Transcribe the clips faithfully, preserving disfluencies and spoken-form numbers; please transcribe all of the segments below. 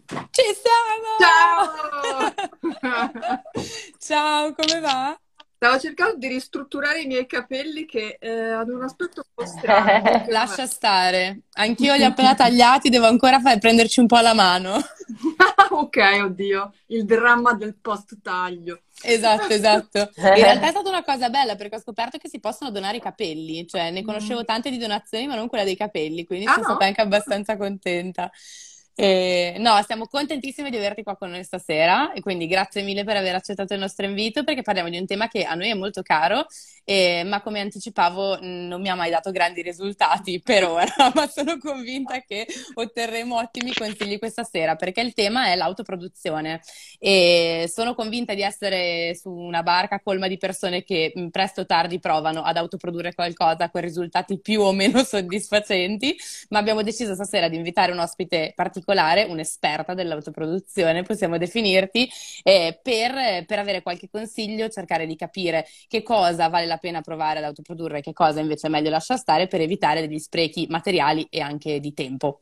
Ci Ciao! siamo! Ciao, come va? Stavo cercando di ristrutturare i miei capelli che eh, hanno un aspetto un po' strano. Comunque, vabbè. Lascia stare. Anch'io li ho appena tagliati, devo ancora fare, prenderci un po' la mano. Ok, oddio, il dramma del post-taglio. Esatto, esatto. In realtà è stata una cosa bella perché ho scoperto che si possono donare i capelli, cioè ne Mm. conoscevo tante di donazioni, ma non quella dei capelli, quindi Ah sono stata no? anche abbastanza contenta. E, no, siamo contentissime di averti qua con noi stasera e quindi grazie mille per aver accettato il nostro invito perché parliamo di un tema che a noi è molto caro, e- ma come anticipavo mh, non mi ha mai dato grandi risultati per ora, ma sono convinta che otterremo ottimi consigli questa sera perché il tema è l'autoproduzione. E sono convinta di essere su una barca colma di persone che mh, presto o tardi provano ad autoprodurre qualcosa con risultati più o meno soddisfacenti, ma abbiamo deciso stasera di invitare un ospite particolare, un'esperta dell'autoproduzione, possiamo definirti, eh, per, per avere qualche consiglio, cercare di capire che cosa vale la pena provare ad autoprodurre e che cosa invece è meglio lasciare stare per evitare degli sprechi materiali e anche di tempo.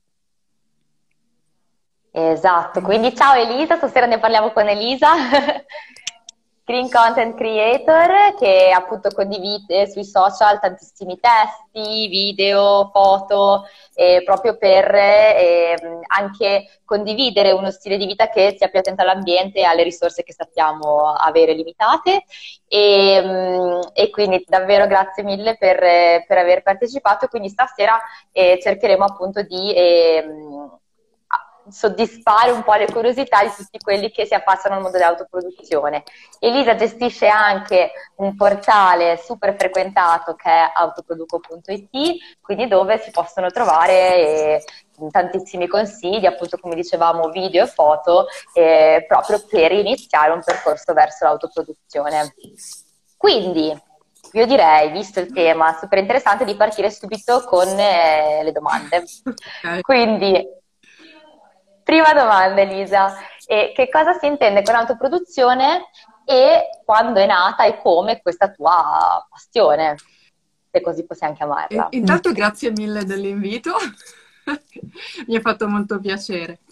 Esatto, quindi ciao Elisa, stasera ne parliamo con Elisa, Green Content Creator che appunto condivide sui social tantissimi testi, video, foto, eh, proprio per eh, anche condividere uno stile di vita che sia più attento all'ambiente e alle risorse che sappiamo avere limitate. E, mm, e quindi davvero grazie mille per, per aver partecipato. Quindi stasera eh, cercheremo appunto di ehm, soddisfare un po' le curiosità di tutti quelli che si affacciano al mondo dell'autoproduzione. Elisa gestisce anche un portale super frequentato che è autoproduco punto it, quindi dove si possono trovare eh, tantissimi consigli, appunto come dicevamo, video e foto, eh, proprio per iniziare un percorso verso l'autoproduzione. Quindi io direi, visto il tema super interessante, di partire subito con eh, le domande. Ok. Quindi, prima domanda, Elisa, e che cosa si intende con autoproduzione e quando è nata e come questa tua passione, se così possiamo E- chiamarla? intanto grazie mille dell'invito, mi ha fatto molto piacere.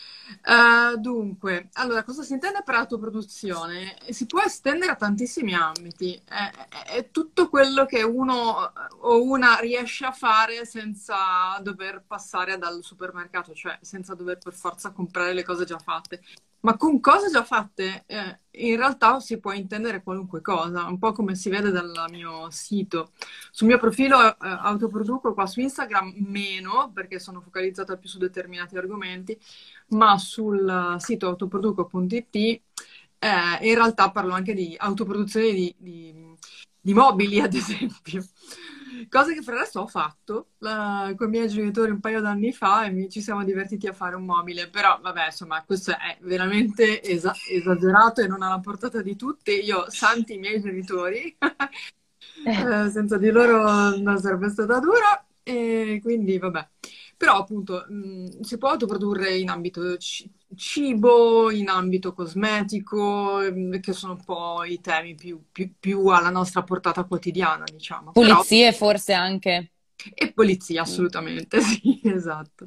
Eh, dunque, allora, cosa si intende per autoproduzione? Si può estendere a tantissimi ambiti, è, è- è tutto quello che uno eh, o una riesce a fare senza dover passare dal supermercato, cioè senza dover per forza comprare le cose già fatte. Ma con cose già fatte, eh, in realtà si può intendere qualunque cosa, un po' come si vede dal mio sito. Sul mio profilo eh, autoproduco qua su Instagram meno, perché sono focalizzata più su determinati argomenti, ma sul sito autoproduco punto it eh, in realtà parlo anche di autoproduzione di, di- di mobili, ad esempio. Cosa che per adesso ho fatto la- con i miei genitori un paio d'anni fa e mi- ci siamo divertiti a fare un mobile, però vabbè, insomma, questo è veramente esa- esagerato e non alla portata di tutti. Io, santi i miei genitori, eh, senza di loro non sarebbe stata dura, e quindi vabbè. Però appunto mh, si può autoprodurre in ambito ci- cibo, in ambito cosmetico, ehm, che sono un po' i temi più, più- più alla nostra portata quotidiana, diciamo. Però, Pulizie forse anche. e polizia, assolutamente, sì, esatto.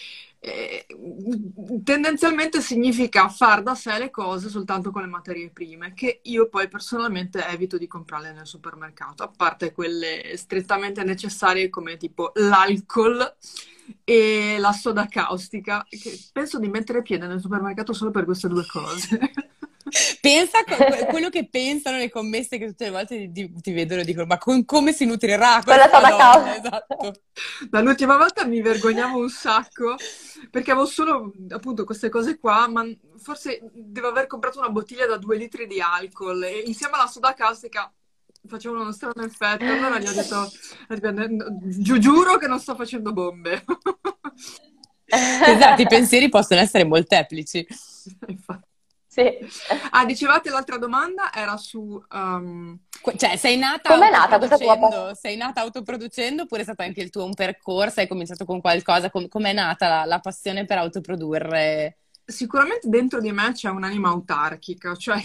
Eh, tendenzialmente significa far da sé le cose soltanto con le materie prime, che io poi personalmente evito di comprarle nel supermercato, a parte quelle strettamente necessarie come tipo l'alcol e la soda caustica, che penso di mettere piede nel supermercato solo per queste due cose. Pensa a que- quello che pensano le commesse che tutte le volte ti, ti- ti vedono e dicono: Ma con- come si nutrirà Con la questa soda donna? causa. Esatto. Dall'ultima volta mi vergognavo un sacco perché avevo solo appunto queste cose qua, ma forse devo aver comprato una bottiglia da due litri di alcol e insieme alla soda caustica facevano uno strano effetto. Allora gli ho detto, giu- giuro che non sto facendo bombe. Esatto, i pensieri possono essere molteplici. Infatti. Sì. Ah, dicevate l'altra domanda era su... um, Que- Cioè, sei nata Com'è nata questa tua autoproducendo? passione? Sei nata autoproducendo oppure è stato anche il tuo un percorso? Hai cominciato con qualcosa? Com- com'è nata la, la passione per autoprodurre? Sicuramente dentro di me c'è un'anima autarchica, cioè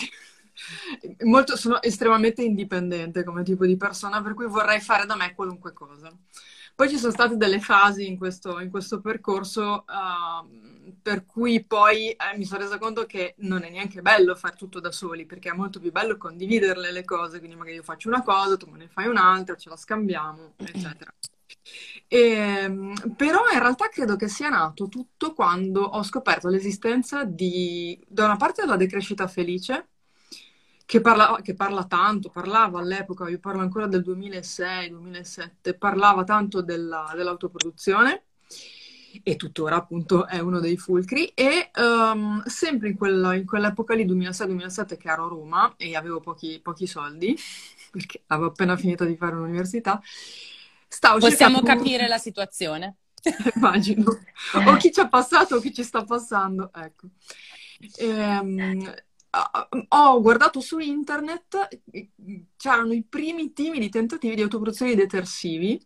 molto, sono estremamente indipendente come tipo di persona, per cui vorrei fare da me qualunque cosa. Poi ci sono state delle fasi in questo, in questo percorso, uh, per cui poi eh, mi sono resa conto che non è neanche bello fare tutto da soli, perché è molto più bello condividerle le cose, quindi magari io faccio una cosa, tu me ne fai un'altra, ce la scambiamo, eccetera. E, però in realtà credo che sia nato tutto quando ho scoperto l'esistenza di, da una parte, della decrescita felice, che parla, che parla tanto, parlava all'epoca, io parlo ancora del duemilasei duemilasette, parlava tanto della- dell'autoproduzione e tuttora appunto è uno dei fulcri e ehm, sempre in, quella- in quell'epoca lì, duemilasei duemilasette, che ero a Roma e avevo pochi, pochi soldi, perché avevo appena finito di fare l'università, stavo Possiamo cercando, capire la situazione. immagino, o chi ci ha passato o chi ci sta passando, ecco. Ehm, ah, Ho guardato su internet, eh, c'erano i primi timidi tentativi di autoproduzione di detersivi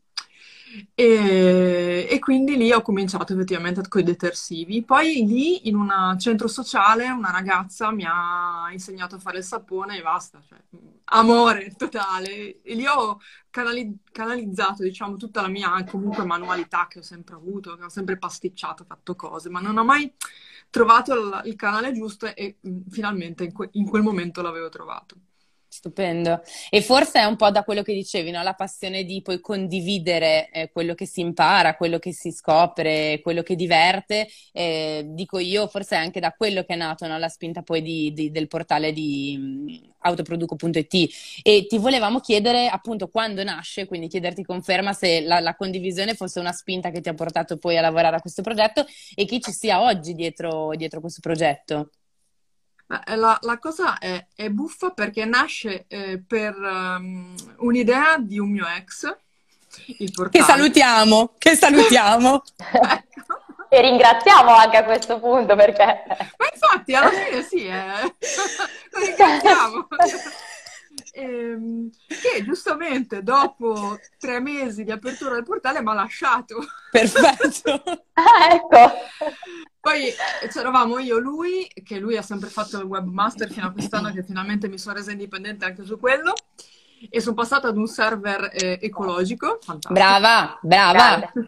e, e quindi lì ho cominciato effettivamente con i detersivi. Poi lì in un centro sociale una ragazza mi ha insegnato a fare il sapone e basta, cioè, amore totale. E lì ho canali- canalizzato, diciamo, tutta la mia comunque manualità che ho sempre avuto, che ho sempre pasticciato, fatto cose, ma non ho mai trovato il, il canale giusto e mm, finalmente in, que- in quel momento l'avevo trovato. Stupendo. E forse è un po' da quello che dicevi, no? La passione di poi condividere eh, quello che si impara, quello che si scopre, quello che diverte. Eh, dico io, forse è anche da quello che è nato, no? La spinta poi di- di- del portale di mh, autoproduco punto it. E ti volevamo chiedere appunto quando nasce, quindi chiederti conferma se la, la condivisione fosse una spinta che ti ha portato poi a lavorare a questo progetto e chi ci sia oggi dietro, dietro questo progetto. Eh, La, la cosa è, è buffa perché nasce eh, per um, un'idea di un mio ex, il Che portale. salutiamo, che salutiamo. Ecco. E ringraziamo anche a questo punto perché... Ma infatti, alla fine sì, eh. Lo ringraziamo. Ehm, che giustamente dopo tre mesi di apertura del portale mi ha lasciato. Perfetto. Ah, ecco. Poi eh, c'eravamo io, lui, che lui ha sempre fatto il webmaster fino a quest'anno, che finalmente mi sono resa indipendente anche su quello, e sono passata ad un server eh, ecologico, fantastico. Brava, brava. Grande.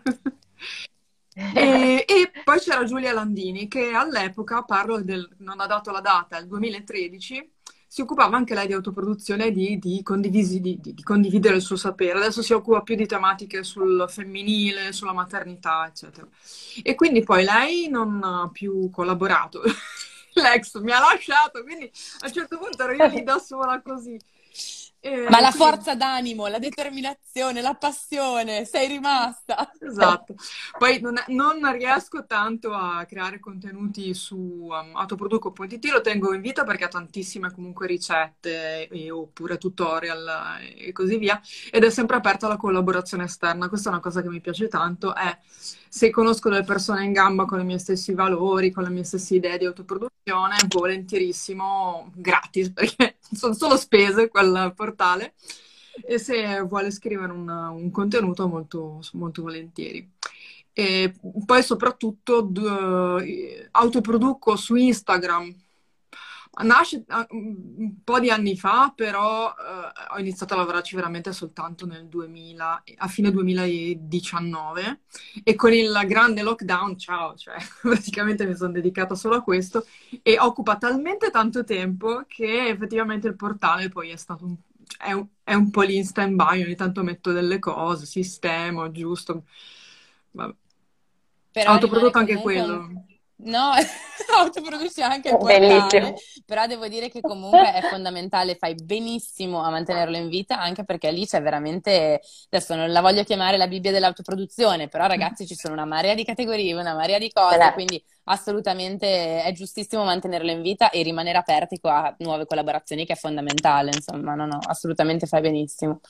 E, e poi c'era Giulia Landini, che all'epoca, parlo del, non ha dato la data, il duemilatredici, si occupava anche lei di autoproduzione e di, di condivisi- di- di- di condividere il suo sapere. Adesso si occupa più di tematiche sul femminile, sulla maternità, eccetera. E quindi poi lei non ha più collaborato. L'ex mi ha lasciato, quindi a un certo punto ero io lì da sola così. E Ma la quindi forza d'animo, la determinazione, la passione, sei rimasta. esatto. Poi non, non riesco tanto a creare contenuti su um, autoproduco punto it, lo tengo in vita perché ha tantissime comunque ricette e- oppure tutorial eh, e così via, ed è sempre aperta alla collaborazione esterna. Questa è una cosa che mi piace tanto, è se conosco delle persone in gamba con i miei stessi valori, con le mie stesse idee di autoproduzione, volentierissimo, gratis, perché sono solo spese quel portale. E se vuole scrivere un, un contenuto molto, molto volentieri. E poi soprattutto d- eh, autoproduco su Instagram. Nasce eh, un po' di anni fa, però eh, ho iniziato a lavorarci veramente soltanto nel duemila, a fine duemiladiciannove, e con il grande lockdown, ciao, cioè praticamente mi sono dedicata solo a questo e occupa talmente tanto tempo che effettivamente il portale poi è stato un, è un, è un po' lì in stand-by, ogni tanto metto delle cose, sistemo, giusto. Vabbè. Però rimane Autoprodotto anche comunque un... quello. No, autoproduci anche il portale, Bellissimo. però devo dire che comunque è fondamentale, fai benissimo a mantenerlo in vita, anche perché lì c'è veramente, adesso non la voglio chiamare la Bibbia dell'autoproduzione, però ragazzi ci sono una marea di categorie, una marea di cose, Beh, quindi assolutamente è giustissimo mantenerlo in vita e rimanere aperti a nuove collaborazioni, che è fondamentale, insomma, no, no, assolutamente fai benissimo.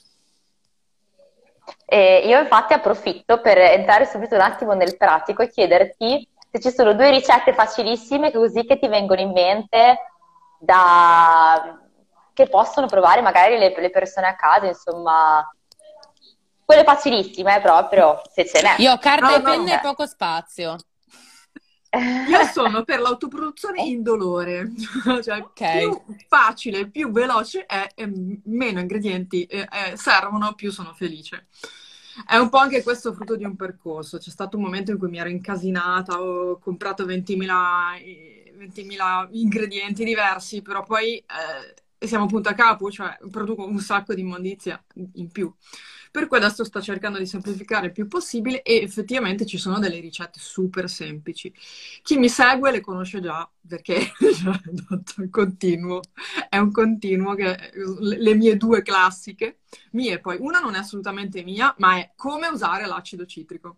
E io infatti approfitto per entrare subito un attimo nel pratico e chiederti se ci sono due ricette facilissime così che ti vengono in mente da... che possono provare magari le, le persone a casa, insomma, quelle facilissime eh, proprio, se ce n'è. Io ho carta No, e penna no. e poco spazio. Io sono per l'autoproduzione indolore, cioè Ok. più facile, più veloce è, e meno ingredienti eh, eh, servono, più sono felice. È un po' anche questo frutto di un percorso. C'è stato un momento in cui mi ero incasinata, ho comprato ventimila, eh, ventimila ingredienti diversi, però poi eh, siamo punto a capo, cioè produco un sacco di immondizia in più. Per cui adesso sto cercando di semplificare il più possibile e effettivamente ci sono delle ricette super semplici. Chi mi segue le conosce già perché cioè, è un continuo, è un continuo che le mie due classiche mie, poi una non è assolutamente mia, ma è come usare l'acido citrico.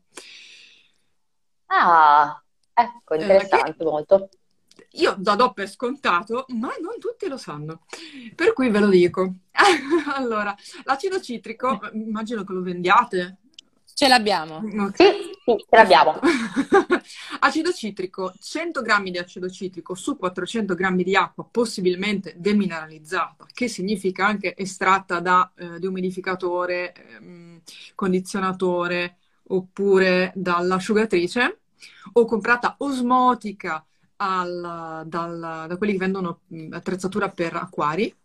Ah, ecco, Eh, che interessante molto. io da do per scontato, ma non tutti lo sanno. Per cui ve lo dico. Allora, l'acido citrico, immagino che lo vendiate. Ce l'abbiamo. Sì, Ok, sì, ce perfetto. l'abbiamo. Acido citrico, cento grammi di acido citrico su quattrocento grammi di acqua, possibilmente demineralizzata, che significa anche estratta da eh, deumidificatore, ehm, condizionatore oppure dall'asciugatrice, o comprata osmotica al- dal- da quelli che vendono mh, attrezzatura per acquari.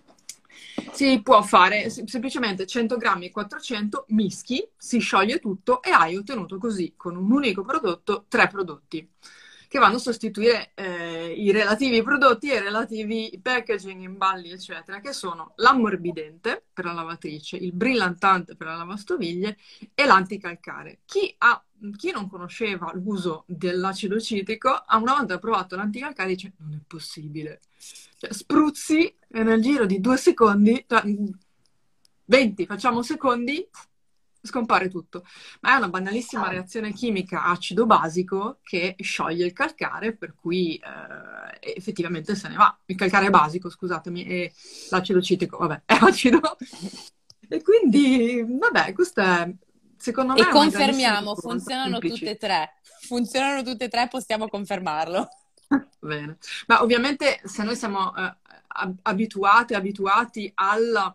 Si può fare sem- semplicemente cento grammi e quattrocento, mischi, si scioglie tutto e hai ottenuto così, con un unico prodotto, tre prodotti che vanno a sostituire eh, i relativi prodotti e i relativi packaging, imballi, eccetera, che sono l'ammorbidente per la lavatrice, il brillantante per la lavastoviglie e l'anticalcare. Chi ha chi non conosceva l'uso dell'acido citrico, ha una volta provato l'anticalcare e dice: non è possibile. Cioè, spruzzi e nel giro di due secondi, cioè, venti, facciamo secondi, scompare tutto. Ma è una banalissima reazione chimica acido-basico che scioglie il calcare, per cui eh, effettivamente se ne va. Il calcare è basico, scusatemi, e l'acido citrico, vabbè, è acido. E quindi, vabbè, questo è, secondo me, E è una grandissima confermiamo, impronta, funzionano tutte semplicità. e tre. Funzionano tutte e tre, possiamo confermarlo. Bene. Ma ovviamente se noi siamo eh, ab- abituate, abituati alla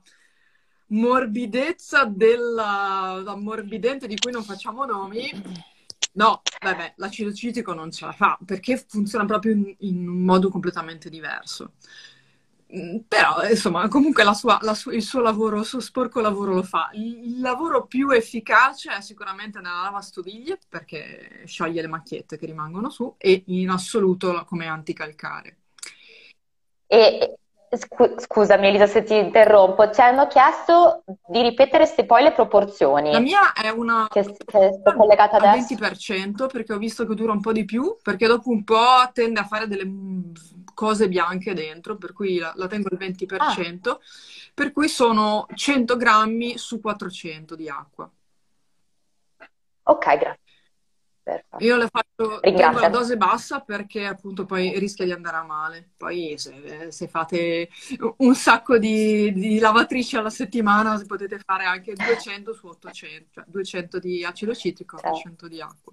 morbidezza dell'ammorbidente di cui non facciamo nomi, no, vabbè, l'acido citrico non ce la fa perché funziona proprio in, in un modo completamente diverso. Mm, Però, insomma, comunque la sua- la sua- il suo lavoro, il suo sporco lavoro lo fa. Il, il lavoro più efficace è sicuramente nella lavastoviglie, perché scioglie le macchiette che rimangono su, e in assoluto la- come anticalcare. E scu- scusami Elisa se ti interrompo, ci hanno chiesto di ripetere se poi le La proporzioni mia è una che, che sto collegata al adesso. venti per cento perché ho visto che dura un po' di più, perché dopo un po' tende a fare delle mm, cose bianche dentro, per cui la, la tengo al Ah, venti per cento, per cui sono cento grammi su quattrocento di acqua. ok, grazie. Perfetto. Io le faccio, tengo la Ringrazio. dose bassa perché appunto poi rischia di andare a male. Poi se, se fate un sacco di, di lavatrici alla settimana potete fare anche duecento su ottocento, cioè duecento di acido citrico, Cioè, ottocento di acqua.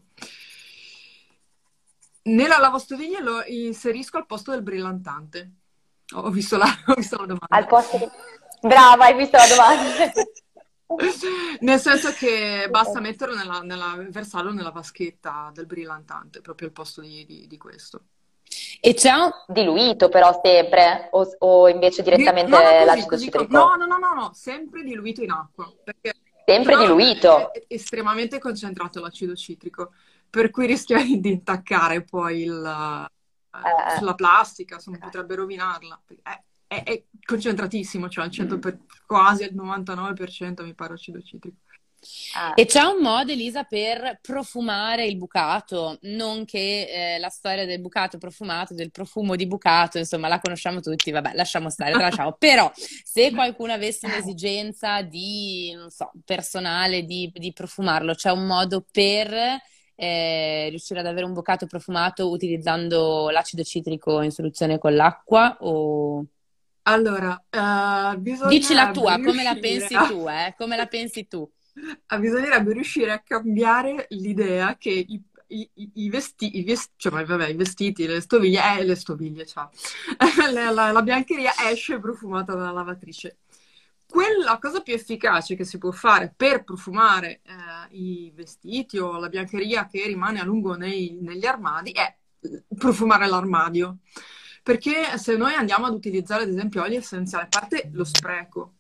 Nella lavastoviglie lo inserisco al posto del brillantante. Ho visto la, ho visto la al domanda. posto di... Brava, hai visto la domanda? Nel senso che basta metterlo nella, nella, versarlo nella vaschetta del brillantante, proprio al posto di, di- di questo. E c'è un... Diluito però sempre, o, o invece Di- direttamente no, no, così, l'acido così. com- No, citrico? no, no, no, no, sempre diluito in acqua, perché Sempre sennò è, diluito. è estremamente concentrato l'acido citrico, per cui rischia di intaccare poi il, eh, Eh, sulla plastica, insomma, ok. potrebbe rovinarla. È, è- è concentratissimo, cioè al cento per- quasi al novantanove per cento mi pare acido citrico. Ah. E c'è un modo, Elisa, per profumare il bucato, non che eh, la storia del bucato profumato, del profumo di bucato, insomma, la conosciamo tutti, vabbè, lasciamo stare, tralasciamo. Però se qualcuno avesse un'esigenza di, non so, personale, di, di profumarlo, c'è un modo per eh, riuscire ad avere un bucato profumato utilizzando l'acido citrico in soluzione con l'acqua? O... Allora, eh, Dici la bisognerebbe tua, come la riuscire pensi a... tu, eh? Come la pensi tu? Ah, bisognerebbe riuscire a cambiare l'idea che i, i, i- i vesti- i ves- cioè, vabbè, i vestiti, le stoviglie, eh, le stoviglie, ciao. La, la- la biancheria esce profumata dalla lavatrice. Quella cosa più efficace che si può fare per profumare eh, i vestiti o la biancheria che rimane a lungo nei- negli armadi è profumare l'armadio. Perché se noi andiamo ad utilizzare, ad esempio, oli essenziali, a parte lo spreco,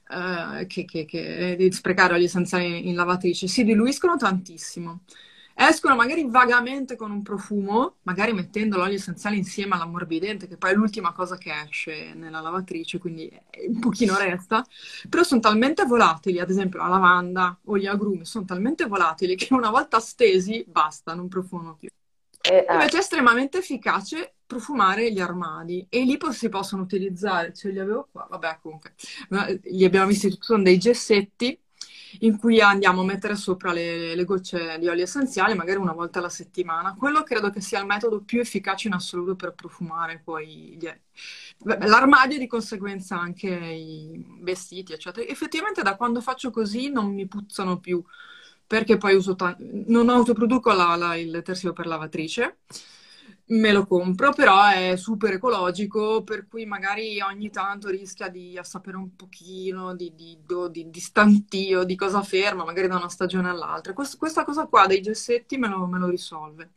eh, che, che- che- di sprecare oli essenziali in lavatrice. Si diluiscono tantissimo. Escono magari vagamente con un profumo, magari mettendo l'olio essenziale insieme all'ammorbidente, che poi è l'ultima cosa che esce nella lavatrice, quindi un pochino resta. Però sono talmente volatili, ad esempio la lavanda o gli agrumi, sono talmente volatili che una volta stesi basta, non profumano più. Eh, ah, Invece è estremamente efficace profumare gli armadi e lì poi si possono utilizzare, ce li avevo qua, vabbè comunque, eh, li abbiamo visti, sono dei gessetti in cui andiamo a mettere sopra le, le gocce di olio essenziale, magari una volta alla settimana. Quello credo che sia il metodo più efficace in assoluto per profumare poi gli- beh, l'armadio e di conseguenza anche i vestiti, eccetera. Effettivamente da quando faccio così non mi puzzano più, perché poi uso ta- non autoproduco la- la- il detersivo per lavatrice, me lo compro, però è super ecologico, per cui magari ogni tanto rischia di assapere un pochino di, di, do- di- di stantio, di cosa ferma, magari da una stagione all'altra. Quest- questa cosa qua dei gessetti me lo, me lo risolve.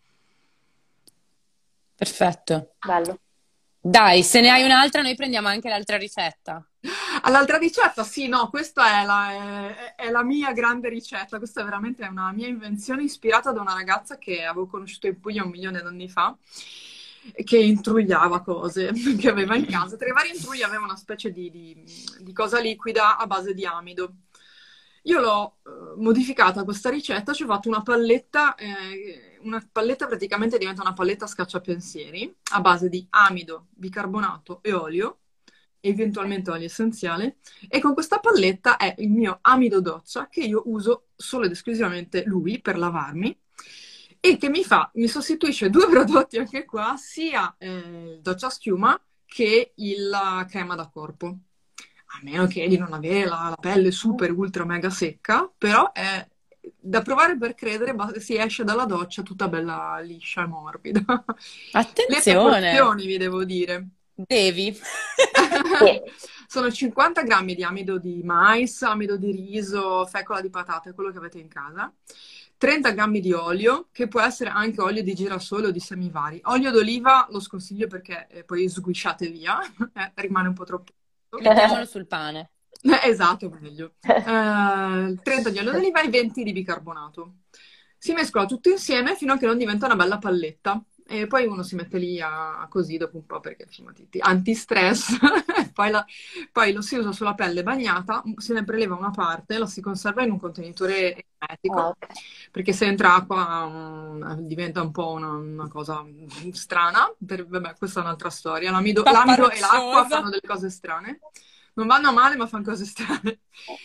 Perfetto. bello. Dai, se ne hai un'altra, noi prendiamo anche l'altra ricetta. All'altra ricetta, sì, no, questa è la, è- è la mia grande ricetta, questa è veramente una mia invenzione ispirata da una ragazza che avevo conosciuto in Puglia un milione di anni fa, che intrugliava cose che aveva in casa. Tra i vari intrugli aveva una specie di, di- di cosa liquida a base di amido. Io l'ho eh, modificata questa ricetta, ci ho fatto una palletta, eh, una palletta praticamente diventa una palletta scacciapensieri a base di amido, bicarbonato e olio, eventualmente olio essenziale, e con questa palletta è il mio amido doccia che io uso solo ed esclusivamente lui per lavarmi e che mi fa, mi sostituisce due prodotti anche qua, sia eh, il doccia schiuma che il- la crema da corpo. A meno che di non avere la, la pelle super ultra mega secca, però è da provare per credere, ba- si esce dalla doccia tutta bella liscia e morbida. Le Attenzione, proporzioni, vi devo dire. devi. Sì. Sono cinquanta grammi di amido di mais, amido di riso, fecola di patate, quello che avete in casa. trenta grammi di olio, che può essere anche olio di girasole o di semi vari. Olio d'oliva lo sconsiglio perché eh, poi sguisciate via, eh, rimane un po' troppo. Mettiamolo sul pane. Eh, Esatto, meglio. Eh, trenta di olio d'oliva e venti di bicarbonato. Si mescola tutto insieme fino a che non diventa una bella palletta. E poi uno si mette lì a, così dopo un po' perché insomma ti, ti- antistress. Poi, la- poi lo si usa sulla pelle bagnata, se ne preleva una parte, la si conserva in un contenitore Ah, ermetico, ok. perché se entra acqua mm, diventa un po' una, una cosa strana. Per- vabbè, questa è un'altra storia. L'amido l'amido e l'acqua Papparocciosa. fanno delle cose strane. Non vanno a male, ma fanno cose strane.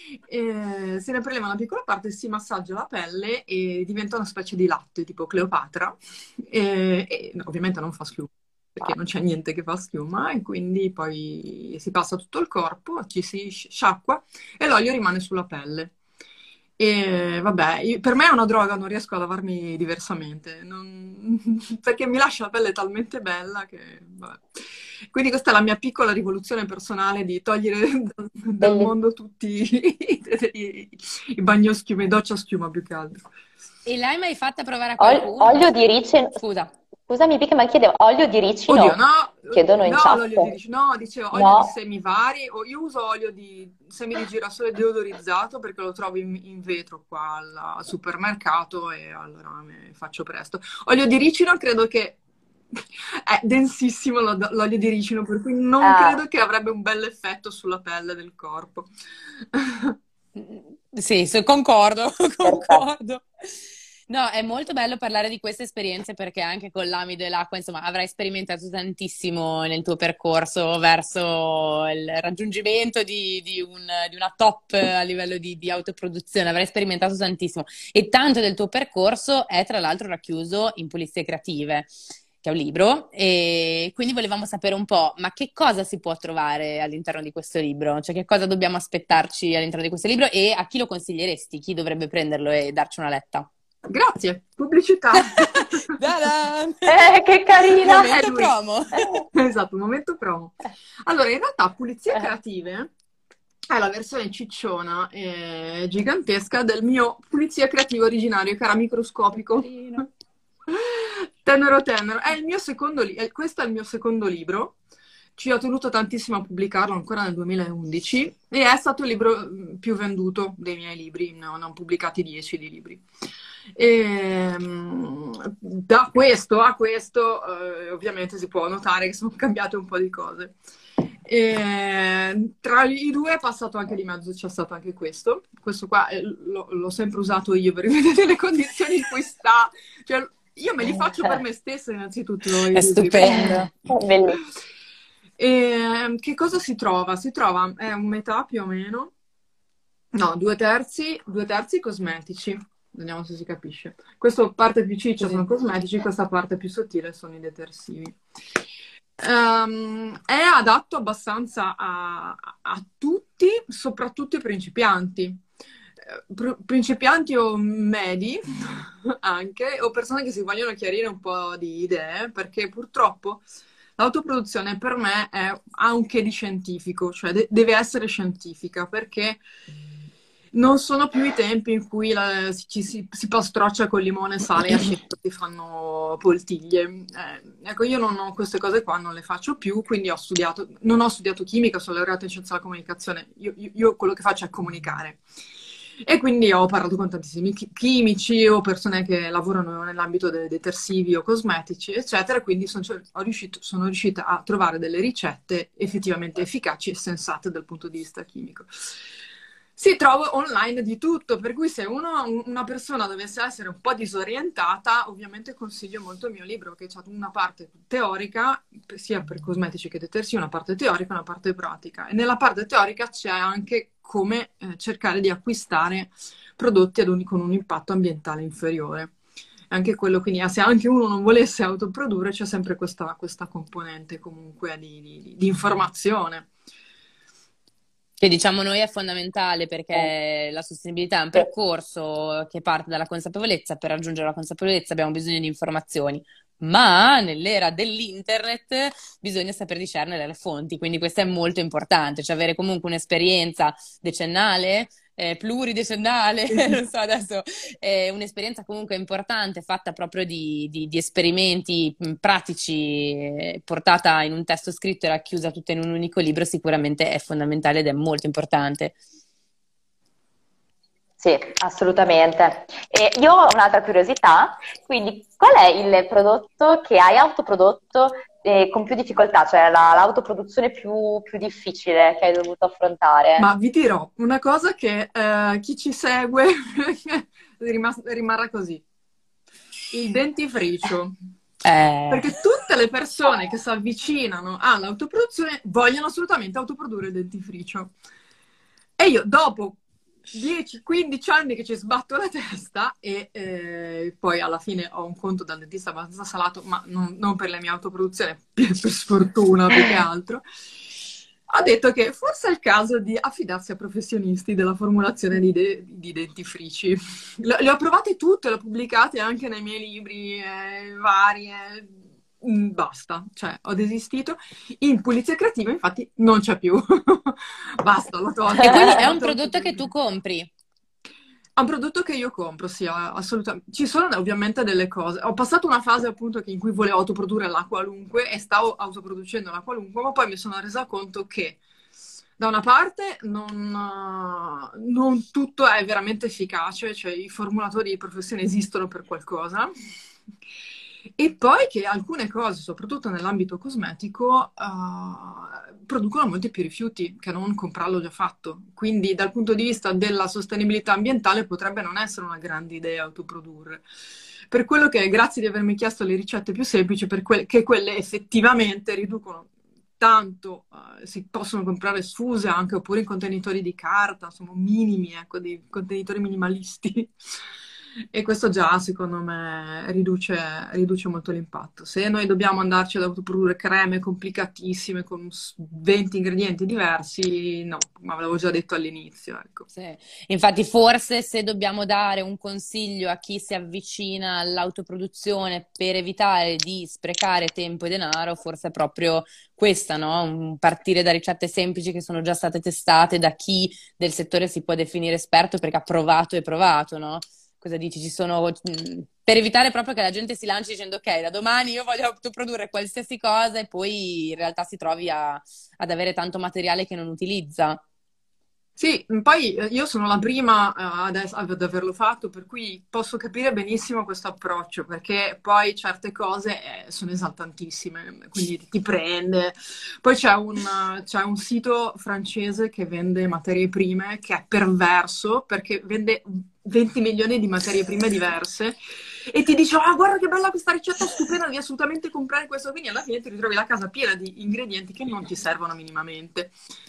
E se ne preleva una piccola parte, si massaggia la pelle e diventa una specie di latte, tipo Cleopatra. E, e no, ovviamente non fa schiuma, perché non c'è niente che fa schiuma, e quindi poi si passa tutto il corpo, ci si sciacqua e l'olio rimane sulla pelle. E vabbè, io- per me è una droga, non riesco a lavarmi diversamente, non- perché mi lascia la pelle talmente bella che... vabbè. Quindi questa è la mia piccola rivoluzione personale di togliere dal, dal Bellissimo. mondo tutti i, i, i bagnoschiuma, i doccia schiuma più che altro. E l'hai mai fatta provare a Ol- qualcuno? olio di ricino. Scusa. Scusami, Pique, ma chiedevo, olio di Oddio, ricino? no, Chiedono in no, l'olio di chat. ricino, no, dicevo olio di No? semi vari, o io uso olio di semi di girasole deodorizzato perché lo trovo in, in vetro qua al, al supermercato e allora me faccio presto. Olio di ricino credo che è densissimo l'od- l'olio di ricino, per cui non Ah, credo che avrebbe un bel effetto sulla pelle del corpo. Sì, so- concordo, perfetto. concordo. No, è molto bello parlare di queste esperienze perché anche con l'amido e l'acqua, insomma, avrai sperimentato tantissimo nel tuo percorso verso il raggiungimento di, di un- di una top a livello di, di autoproduzione, avrai sperimentato tantissimo. E tanto del tuo percorso è tra l'altro racchiuso in Pulizie Creative, che è un libro, e quindi volevamo sapere un po', ma che cosa si può trovare all'interno di questo libro? Cioè che cosa dobbiamo aspettarci all'interno di questo libro e a chi lo consiglieresti? Chi dovrebbe prenderlo e darci una letta? Grazie, pubblicità. Ta-da! Eh, che carina! È Momento lui. promo. Esatto, momento promo. Allora, in realtà Pulizie Creative è la versione cicciona e gigantesca del mio Pulizia Creativa originario, che era microscopico. Carino. Tenero tenero. È il mio secondo li- è- questo è il mio secondo libro. ci ho tenuto tantissimo a pubblicarlo ancora nel duemilaundici e è stato il libro mm, più venduto dei miei libri, ne ho, ne ho pubblicati dieci di libri. E, mm, da questo a questo eh, ovviamente si può notare che sono cambiate un po' di cose. E tra i due è passato anche di mezzo, c'è stato anche questo. Questo qua eh, l'ho l'ho sempre usato io per vedere le condizioni in cui sta. Cioè, io me li faccio per me stessa innanzitutto i È libri. stupendo. Bellissimo. E che cosa si trova? Si trova, è un metà più o meno, no, due terzi, due terzi cosmetici. Vediamo se si capisce. Questa parte più ciccia sono cosmetici, questa parte più sottile sono i detersivi. Ehm, è adatto abbastanza a, a tutti, soprattutto i principianti. Eh, pr- principianti o medi anche, o persone che si vogliono chiarire un po' di idee, perché purtroppo l'autoproduzione per me è, ha un che di scientifico, cioè de- deve essere scientifica, perché non sono più i tempi in cui la- si, ci si, si pastroccia con limone, sale e aceto, si fanno poltiglie. Eh, ecco, io non ho queste cose qua, non le faccio più, quindi ho studiato, non ho studiato chimica, sono laureata in scienza della comunicazione, io, io- io quello che faccio è comunicare. E quindi ho parlato con tantissimi chi- chimici o persone che lavorano nell'ambito dei detersivi o cosmetici, eccetera, quindi sono, ho riuscito- sono riuscita a trovare delle ricette effettivamente efficaci e sensate dal punto di vista chimico. Si trova online di tutto, per cui se uno, un- una persona dovesse essere un po' disorientata, ovviamente consiglio molto il mio libro, che ha una parte teorica, sia per cosmetici che detersivi, una parte teorica e una parte pratica. E nella parte teorica c'è anche come eh, cercare di acquistare prodotti ad un- con un impatto ambientale inferiore. Anche quello, quindi, ah, se anche uno non volesse autoprodurre, c'è sempre questa, questa componente comunque di, di- di informazione. Che diciamo noi è fondamentale perché la sostenibilità è un Sì. percorso che parte dalla consapevolezza. Per raggiungere la consapevolezza abbiamo bisogno di informazioni, ma nell'era dell'internet bisogna saper discernere le fonti, quindi questo è molto importante, cioè avere comunque un'esperienza decennale, eh, pluridecennale, non so adesso, eh, un'esperienza comunque importante fatta proprio di, di- di esperimenti mh, pratici, eh, portata in un testo scritto e racchiusa tutta in un unico libro, sicuramente è fondamentale ed è molto importante. Sì, assolutamente. E io ho un'altra curiosità, quindi qual è il prodotto che hai autoprodotto eh, con più difficoltà, cioè la- l'autoproduzione più, più difficile che hai dovuto affrontare? Ma vi dirò una cosa che eh, chi ci segue rimas- rimarrà così. Il dentifricio. Eh, Perché tutte le persone che si avvicinano all'autoproduzione vogliono assolutamente autoprodurre il dentifricio. E io dopo dieci quindici anni che ci sbatto la testa e eh, poi alla fine ho un conto dal dentista abbastanza salato, ma non, non per la mia autoproduzione, per, per sfortuna più che altro, ho detto che forse è il caso di affidarsi a professionisti della formulazione di, de- di dentifrici. Le, le ho provate tutte, le ho pubblicate anche nei miei libri eh, vari. eh, mm, Basta, cioè ho desistito. In pulizia creativa, infatti, non c'è più. Basta, l'ho tolto. E quindi è L'ho un tolto prodotto che tu totalmente. compri. È un prodotto che io compro, sì, assolutamente. Ci sono ovviamente delle cose. Ho passato una fase appunto che- in cui volevo autoprodurre la qualunque e stavo autoproducendo la qualunque, ma poi mi sono resa conto che da una parte non, non tutto è veramente efficace, cioè i formulatori di professione esistono per qualcosa. E poi che alcune cose, soprattutto nell'ambito cosmetico, eh, producono molti più rifiuti che non comprarlo già fatto. Quindi dal punto di vista della sostenibilità ambientale potrebbe non essere una grande idea autoprodurre. Per quello che, grazie di avermi chiesto le ricette più semplici, perché quelle effettivamente riducono tanto, eh, si possono comprare sfuse anche oppure in contenitori di carta, insomma minimi, ecco, dei contenitori minimalisti. E questo già, secondo me, riduce, riduce molto l'impatto. Se noi dobbiamo andarci ad autoprodurre creme complicatissime con s- venti ingredienti diversi, no, ma l'avevo già detto all'inizio, ecco. Sì. Infatti, forse se dobbiamo dare un consiglio a chi si avvicina all'autoproduzione per evitare di sprecare tempo e denaro, forse è proprio questa, no? Un- Partire da ricette semplici che sono già state testate da chi del settore si può definire esperto perché ha provato e provato, no? Cosa dici? Ci sono mh, per evitare proprio che la gente si lanci dicendo ok, da domani io voglio autoprodurre qualsiasi cosa e poi in realtà si trovi a- ad avere tanto materiale che non utilizza. Sì, poi eh, io sono la prima eh, ad, es- ad averlo fatto, per cui posso capire benissimo questo approccio, perché poi certe cose eh, sono esaltantissime, quindi ti prende. Poi c'è un, eh, c'è un sito francese che vende materie prime, che è perverso, perché vende venti milioni di materie prime diverse e ti dice, ah, guarda che bella questa ricetta stupenda, devi assolutamente comprare questo. Quindi alla fine ti ritrovi la casa piena di ingredienti che non ti servono minimamente.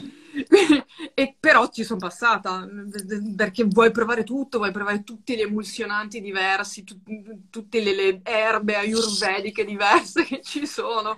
E però ci sono passata perché vuoi provare tutto, vuoi provare tutti gli emulsionanti diversi, tu- tutte le, le erbe ayurvediche diverse che ci sono.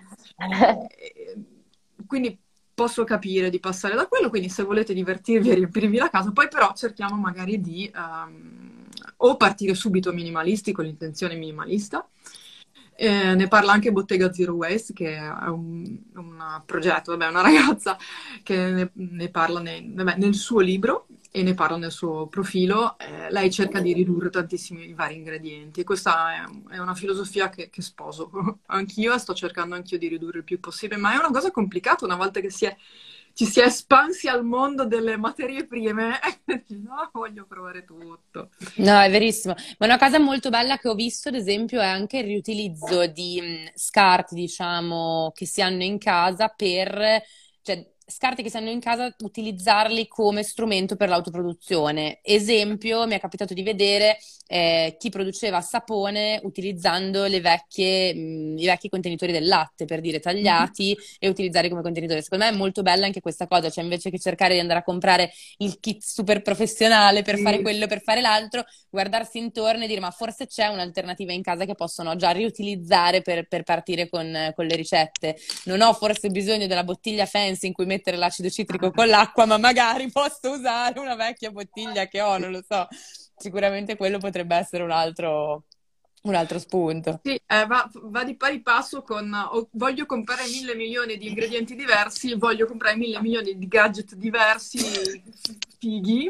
E quindi posso capire di passare da quello, quindi se volete divertirvi e riempirvi la casa, poi però cerchiamo magari di ehm, o partire subito minimalisti con l'intenzione minimalista. Eh, ne parla anche Bottega Zero Waste, che è un, un progetto, vabbè, una ragazza che ne, ne parla ne- vabbè, nel suo libro e ne parla nel suo profilo. Eh, lei cerca di ridurre tantissimi vari ingredienti e questa è, è una filosofia che, che sposo anch'io e sto cercando anch'io di ridurre il più possibile, ma è una cosa complicata una volta che si è, ci si è espansi al mondo delle materie prime. No, voglio provare tutto. No, è verissimo. Ma una cosa molto bella che ho visto, ad esempio, è anche il riutilizzo di mh, scarti, diciamo, che si hanno in casa per, cioè, scarti che si hanno in casa, utilizzarli come strumento per l'autoproduzione. Esempio, mi è capitato di vedere eh, chi produceva sapone utilizzando le vecchie, mh, i vecchi contenitori del latte, per dire, tagliati e utilizzarli come contenitori. Secondo me è molto bella anche questa cosa, cioè invece che cercare di andare a comprare il kit super professionale per fare Sì. quello, per fare l'altro, guardarsi intorno e dire ma forse c'è un'alternativa in casa che possono già riutilizzare per, per partire con, con le ricette. Non ho forse bisogno della bottiglia fancy in cui mettere l'acido citrico con l'acqua, ma magari posso usare una vecchia bottiglia che ho, non lo so. Sicuramente quello potrebbe essere un altro, un altro spunto. Sì, eh, va, va di pari passo con oh, voglio comprare mille milioni di ingredienti diversi, voglio comprare mille milioni di gadget diversi, fighi.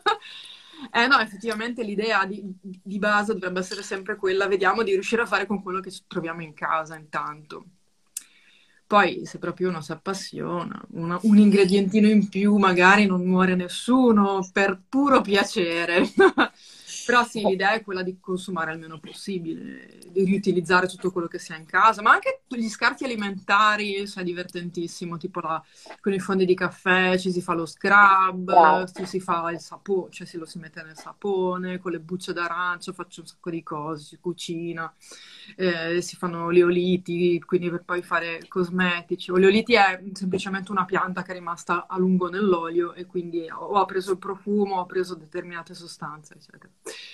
Eh no, effettivamente l'idea di, di base dovrebbe essere sempre quella, vediamo di riuscire a fare con quello che troviamo in casa intanto. Poi, se proprio uno si appassiona, una- un ingredientino in più, magari non muore nessuno, per puro piacere. Però sì, l'idea è quella di consumare il meno possibile, di riutilizzare tutto quello che si ha in casa, ma anche gli scarti alimentari, cioè, è divertentissimo, tipo la- con i fondi di caffè ci si fa lo scrub, Bravo. ci si fa il sapone, cioè si lo si mette nel sapone, con le bucce d'arancia, faccio un sacco di cose, si cucina, eh, si fanno gli oliti, quindi per poi fare cosmetici. Oleoliti è semplicemente una pianta che è rimasta a lungo nell'olio e quindi o ha preso il profumo, o ha preso determinate sostanze, eccetera.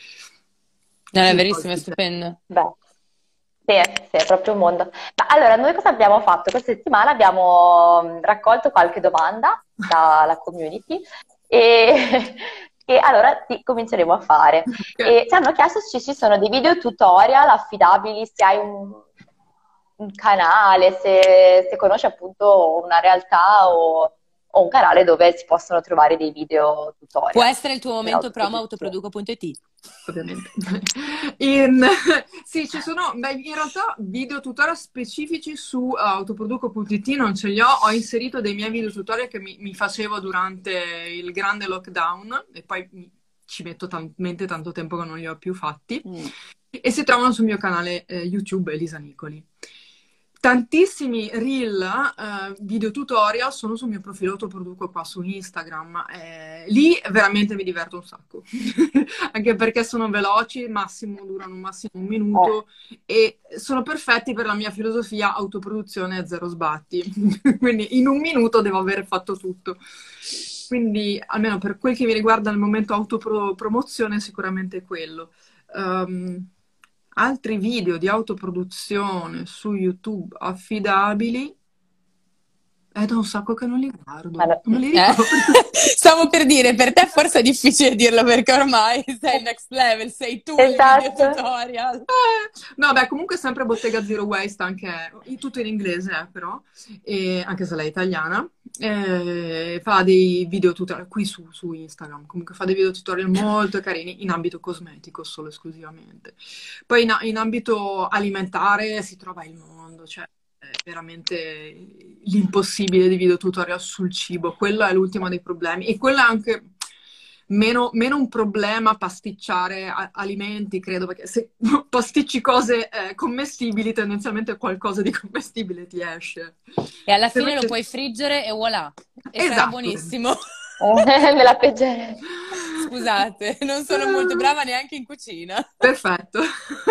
Non è Sì, verissimo, è poi- stupendo. Beh, sì, sì, è proprio un mondo. Ma allora, noi cosa abbiamo fatto? Questa settimana abbiamo mh, raccolto qualche domanda dalla community e, e allora ti cominceremo a fare. Ok. E ci hanno chiesto se ci sono dei video tutorial affidabili, se hai un, un canale, se, se conosci appunto una realtà o, o un canale dove si possono trovare dei video Può tutorial essere il tuo per momento promo autoproduzione. autoproduco punto it. Ovviamente. In- Sì, ci sono, beh, in realtà video tutorial specifici su eh, autoproduco punto it non ce li ho, ho inserito dei miei video tutorial che mi, mi facevo durante il grande lockdown e poi mi- ci metto talmente tanto tempo che non li ho più fatti Mm. e si trovano sul mio canale eh, YouTube Elisa Nicoli. Tantissimi reel, eh, video tutorial sono sul mio profilo Autoproduco qua su Instagram. Eh, lì veramente mi diverto un sacco, anche perché sono veloci, massimo durano massimo un Eh, minuto e sono perfetti per la mia filosofia autoproduzione e zero sbatti. Quindi in un minuto devo aver fatto tutto. Quindi, almeno per quel che mi riguarda il momento autopromozione, sicuramente quello. Um, altri video di autoproduzione su YouTube affidabili. È da un sacco che non li guardo, Allora, non me li Eh? ricordo. Stavo per dire, per te forse è difficile dirlo perché ormai sei il next level, sei tu il video esatto. tutorial. Eh, no, beh, comunque è sempre Bottega Zero Waste, anche tutto in inglese, eh, però, e, anche se lei è italiana. Eh, fa dei video tutorial qui su, su Instagram, comunque fa dei video tutorial molto carini in ambito cosmetico solo esclusivamente. Poi in, in ambito alimentare si trova il mondo, cioè è veramente l'impossibile di video tutorial sul cibo, quello è l'ultimo dei problemi e quello è anche meno, meno un problema pasticciare a- alimenti, credo, perché se pasticci cose eh, commestibili, tendenzialmente qualcosa di commestibile ti esce. E alla Se fine lo invece... puoi friggere e voilà, e sarà Esatto. buonissimo. Me la peggiore. Scusate, non sono molto brava neanche in cucina. Perfetto.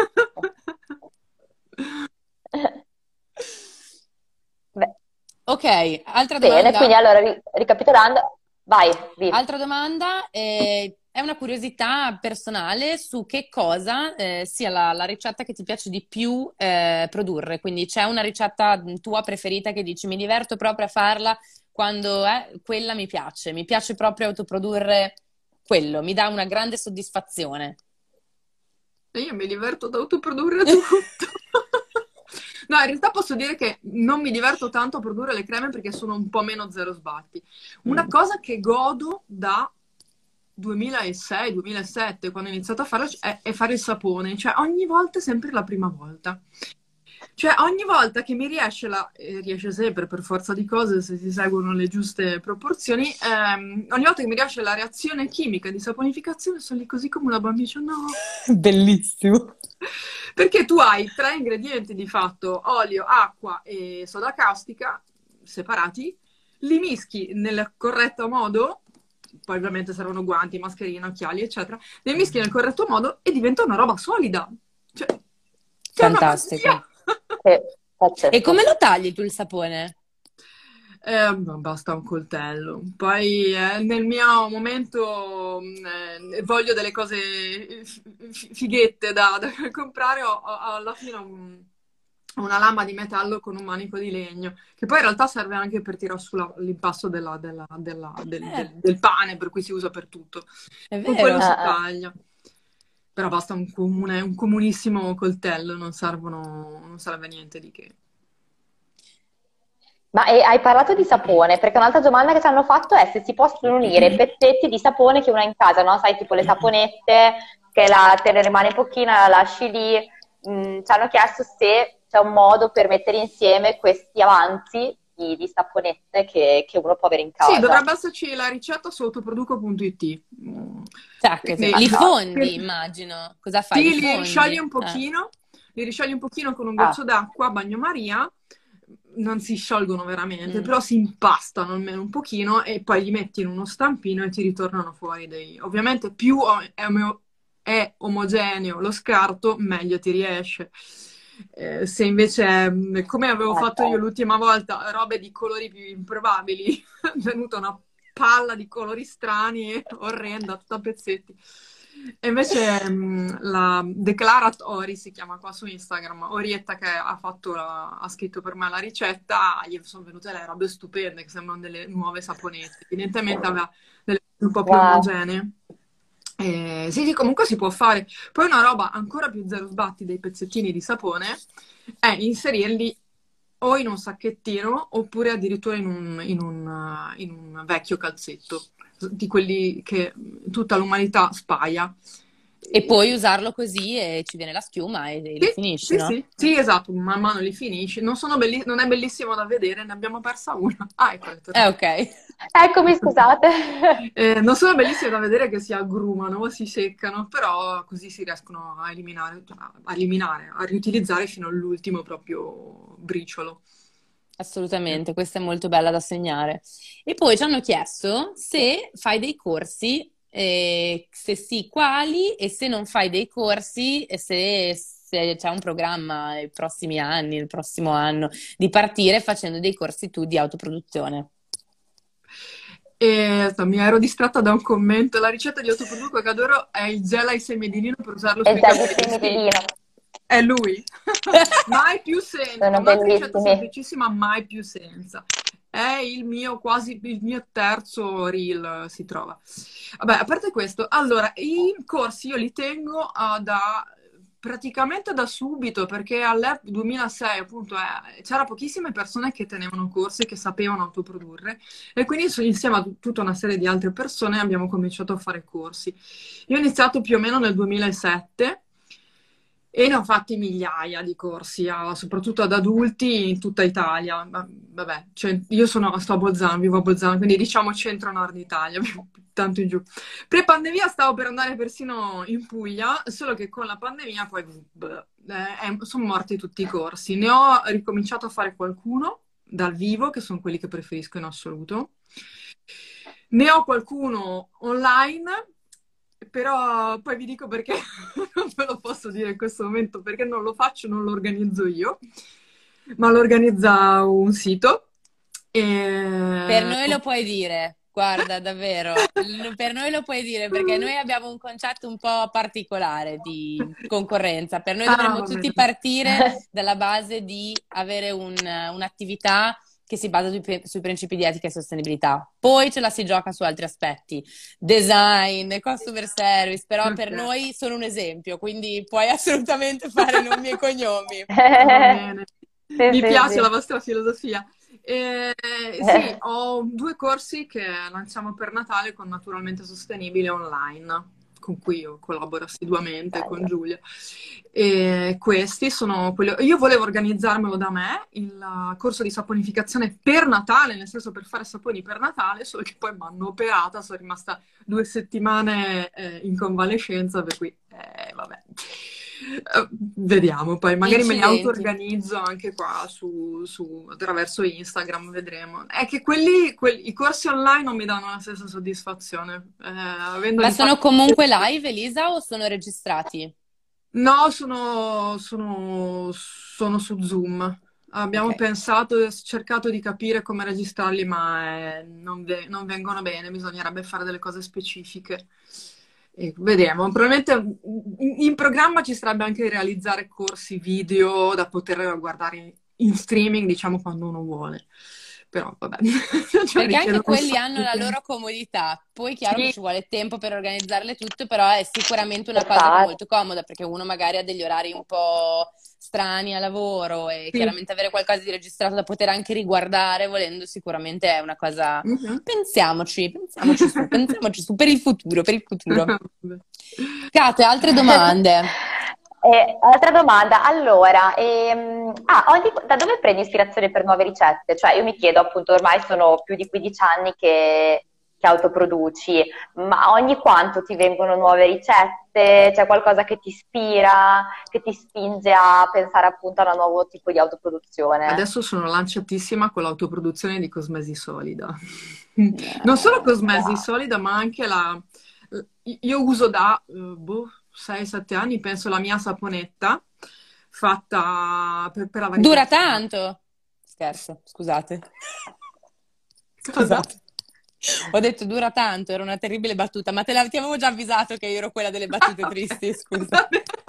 Beh, Ok, altra bene, domanda? quindi allora ri- ricapitolando, vai, di. Altra domanda, eh, è una curiosità personale su che cosa eh, sia la, la ricetta che ti piace di più eh, produrre. Quindi c'è una ricetta tua preferita che dici mi diverto proprio a farla quando eh, quella mi piace, mi piace proprio autoprodurre quello, mi dà una grande soddisfazione. E io mi diverto ad autoprodurre tutto. No, in realtà posso dire che non mi diverto tanto a produrre le creme perché sono un po' meno zero sbatti. Una Mm. cosa che godo da duemilasei duemilasette, quando ho iniziato a farlo, è, è fare il sapone. Cioè, ogni volta è sempre la prima volta. Cioè, ogni volta che mi riesce la... eh, riesce sempre per forza di cose, se si seguono le giuste proporzioni, ehm, ogni volta che mi riesce la reazione chimica di saponificazione, sono lì così come una bambina, dice, no... Bellissimo. Perché tu hai tre ingredienti di fatto, olio, acqua e soda caustica, separati, li mischi nel corretto modo, poi ovviamente servono guanti, mascherina, occhiali, eccetera, li mischi nel corretto modo e diventa una roba solida. Cioè, c'è una Fantastico. magia! Sì, E pazzesco. come lo tagli tu il sapone? Eh, basta un coltello. Poi eh, nel mio momento eh, voglio delle cose f- fighette da, da comprare, ho, ho alla fine un- una lama di metallo con un manico di legno, che poi in realtà serve anche per tirare su la- l'impasto della- della- della- del, Eh, del- del pane, per cui si usa per tutto. è Con quello vero. si Ah, ah. taglia. Però basta un comune, un comunissimo coltello, non servono, non serve niente di che. Ma eh, hai parlato di sapone, perché un'altra domanda che ci hanno fatto è se si possono unire i pezzetti di sapone che uno ha in casa, no? Sai, tipo le saponette, che la, te ne rimane pochina, la lasci lì. Mm, ci hanno chiesto se c'è un modo per mettere insieme questi avanzi di, di saponette che, che uno può avere in Sì, casa. dovrebbe esserci la ricetta su autoproduco punto it. Mm. Tac, Quindi, li no. fondi, immagino. Cosa fai? sì, Li li risciogli fondi? un Eh. pochino, li risciogli un pochino con un Ah, goccio d'acqua, bagnomaria, non si sciolgono veramente, Mm. però si impastano almeno un pochino e poi li metti in uno stampino e ti ritornano fuori dei... Ovviamente più o- è, omo- è omogeneo lo scarto, meglio ti riesce. Eh, se invece, mm, come avevo fatto io ok. l'ultima volta, robe di colori più improbabili, è venuta una palla di colori strani, orrenda, tutta a pezzetti. E invece mh, la Declarat Ori si chiama qua su Instagram, Orietta che ha fatto la- ha scritto per me la ricetta, gli sono venute le robe stupende che sembrano delle nuove saponette. Evidentemente aveva delle un po' più Wow. omogenee. Eh, sì, sì, comunque si può fare. Poi una roba ancora più zero sbatti dei pezzettini di sapone è inserirli o in un sacchettino oppure addirittura in un, in un, uh, in un vecchio calzetto, di quelli che tutta l'umanità spaia. E puoi usarlo così e ci viene la schiuma e, e li Sì, finisci, sì, no? sì, sì, esatto, man mano li finisci. Non sono belli- non è bellissimo da vedere, ne abbiamo persa una. Ah, ecco, è tornata. Eh, ok. Eccomi, scusate. Eh, non sono bellissime da vedere che si aggrumano o si seccano, però così si riescono a eliminare, a eliminare, a riutilizzare fino all'ultimo proprio briciolo. Assolutamente, questa è molto bella da segnare. E poi ci hanno chiesto se fai dei corsi, eh, se sì, quali, e se non fai dei corsi, e se, se c'è un programma nei prossimi anni, il prossimo anno, di partire facendo dei corsi tu di autoproduzione. E sta, mi ero distratta da un commento. La ricetta di autoproduco che adoro è il gel ai semi di lino per usarlo E sui il gel di capelli. semi di lino. È lui. Mai più senza. Sono Un'altra ricetta bellissimi. semplicissima, mai più senza. è il mio quasi il mio terzo reel si trova. Vabbè, a parte questo, allora, i corsi io li tengo ah, da praticamente da subito, perché all'E P duemilasei appunto eh, c'era pochissime persone che tenevano corsi, che sapevano autoprodurre, e quindi so- insieme a tut- tutta una serie di altre persone abbiamo cominciato a fare corsi. Io ho iniziato più o meno nel duemilasette e ne ho fatti migliaia di corsi, a- soprattutto ad adulti in tutta Italia. Ma- Vabbè, cioè, io sono, sto a Bolzano, vivo a Bolzano, quindi diciamo centro-nord Italia, tanto in giù. Pre-pandemia stavo per andare persino in Puglia, solo che con la pandemia poi sono morti tutti i corsi. Ne ho ricominciato a fare qualcuno dal vivo, che sono quelli che preferisco in assoluto. Ne ho qualcuno online, però poi vi dico perché non ve lo posso dire in questo momento, perché non lo faccio, non lo organizzo io, ma lo organizza un sito. Per E... noi lo puoi dire, guarda, davvero, L- per noi lo puoi dire perché noi abbiamo un concetto un po' particolare di concorrenza. Per noi Ah, dovremmo va tutti bene. partire dalla base di avere un- un'attività che si basa sui, pri- sui principi di etica e sostenibilità. Poi ce la si gioca su altri aspetti, design, customer service, però per Ok. noi sono un esempio, quindi puoi assolutamente fare nomi e cognomi. Va bene. Sì, Mi sì, piace la sì. vostra filosofia. Eh, sì, ho due corsi che lanciamo per Natale con Naturalmente Sostenibile online, con cui io collaboro assiduamente con Bello. Giulia. E questi sono quelli... Io volevo organizzarmelo da me, il uh, corso di saponificazione per Natale, nel senso per fare saponi per Natale, solo che poi mi hanno operata, sono rimasta due settimane eh, in convalescenza, per cui eh, vabbè. Eh, Vediamo, poi magari me li Incidenti. auto-organizzo anche qua su, su- attraverso Instagram, vedremo. È che quelli, quelli- i corsi online non mi danno la stessa soddisfazione, eh, Ma avendoli sono fatti. comunque live, Elisa, o sono registrati? No, sono, sono- sono su Zoom. Ok. Abbiamo pensato e cercato di capire come registrarli, ma eh, non, ve- non vengono bene, bisognerebbe fare delle cose specifiche. E vedremo. Probabilmente in, in programma ci sarebbe anche realizzare corsi video da poter guardare in streaming, diciamo, quando uno vuole. Però vabbè, cioè, Perché anche richiedono un quelli sacco hanno di la tempo. loro comodità. Poi è chiaro che Sì, ci vuole tempo per organizzarle tutte, però è sicuramente una Per cosa che è fare. molto comoda perché uno magari ha degli orari un po' strani a lavoro e sì. chiaramente avere qualcosa di registrato da poter anche riguardare volendo sicuramente è una cosa. Mhm. Pensiamoci, pensiamoci su, pensiamoci su per il futuro, per il futuro. Vabbè. Kate, altre domande? E, altra domanda, allora, ehm, ah, ogni- da dove prendi ispirazione per nuove ricette? Cioè, io mi chiedo, appunto, ormai sono più di quindici anni che, che autoproduci, ma ogni quanto ti vengono nuove ricette? C'è qualcosa che ti ispira, che ti spinge a pensare appunto a un nuovo tipo di autoproduzione? Adesso sono lanciatissima con l'autoproduzione di cosmesi solida. Non solo Eh, cosmesi Wow. solida, ma anche la... Io uso da eh, boh, sei sette anni, penso, la mia saponetta fatta per, per la Dura variegata. tanto? Scherzo, scusate. Cosa? Scusate. Ho detto dura tanto, era una terribile battuta, ma te la- ti avevo già avvisato che io ero quella delle battute tristi, scusa.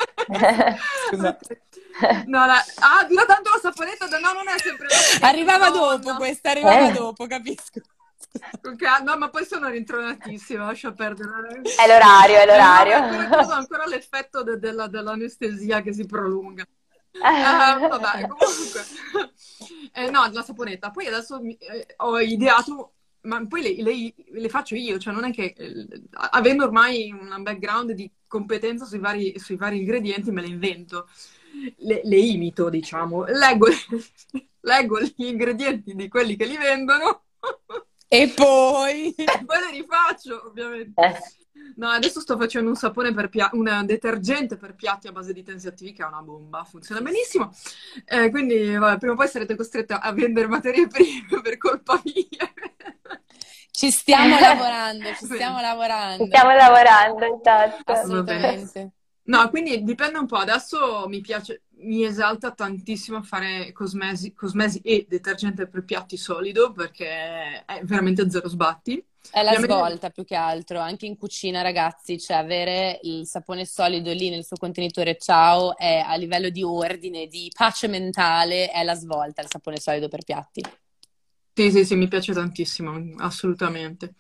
Scusa. Ok. No, la... Ah, dura tanto la saponetta? No, non è sempre la stessa Arrivava dopo donna. questa, arrivava Eh, dopo, capisco. Scusa. Ok, no, ma poi sono rintronatissima, lascia perdere. è l'orario, è Eh, no, ma è ancora, credo l'orario. ancora l'effetto de- della- dell'anestesia che si prolunga. Eh, vabbè, comunque. Eh, no, la saponetta. Poi adesso mi- eh, ho ideato, ma poi le, le- le faccio io, cioè non è che, eh, avendo ormai un background di competenza sui vari, sui vari ingredienti, me le invento. Le, le imito, diciamo. Leggo, leggo gli ingredienti di quelli che li vendono. E poi... E poi le rifaccio, ovviamente. Eh, No, adesso sto facendo un sapone per piatti, un detergente per piatti a base di tensioattivi che è una bomba, funziona benissimo. Eh, quindi, vabbè, prima o poi sarete costretti a vendere materie prime per colpa mia. Ci stiamo lavorando, ci stiamo Bene, ci lavorando. stiamo lavorando, esatto. va bene. Assolutamente. No, quindi dipende un po'. Adesso mi piace, mi esalta tantissimo fare cosmesi, cosmesi e detergente per piatti solido perché è veramente zero sbatti. È la Ovviamente, svolta più che altro, anche in cucina, ragazzi, cioè avere il sapone solido lì nel suo contenitore ciao è a livello di ordine, di pace mentale, è la svolta, il sapone solido per piatti. Sì, sì, sì, mi piace tantissimo, assolutamente.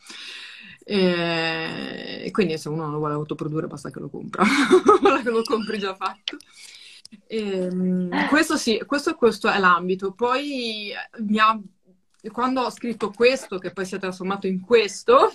E, e quindi se uno lo vuole autoprodurre basta che lo compra, basta che lo compri già fatto. E, questo sì, questo, questo è l'ambito. Poi eh, mi ha- quando ho scritto questo, che poi si è trasformato in questo,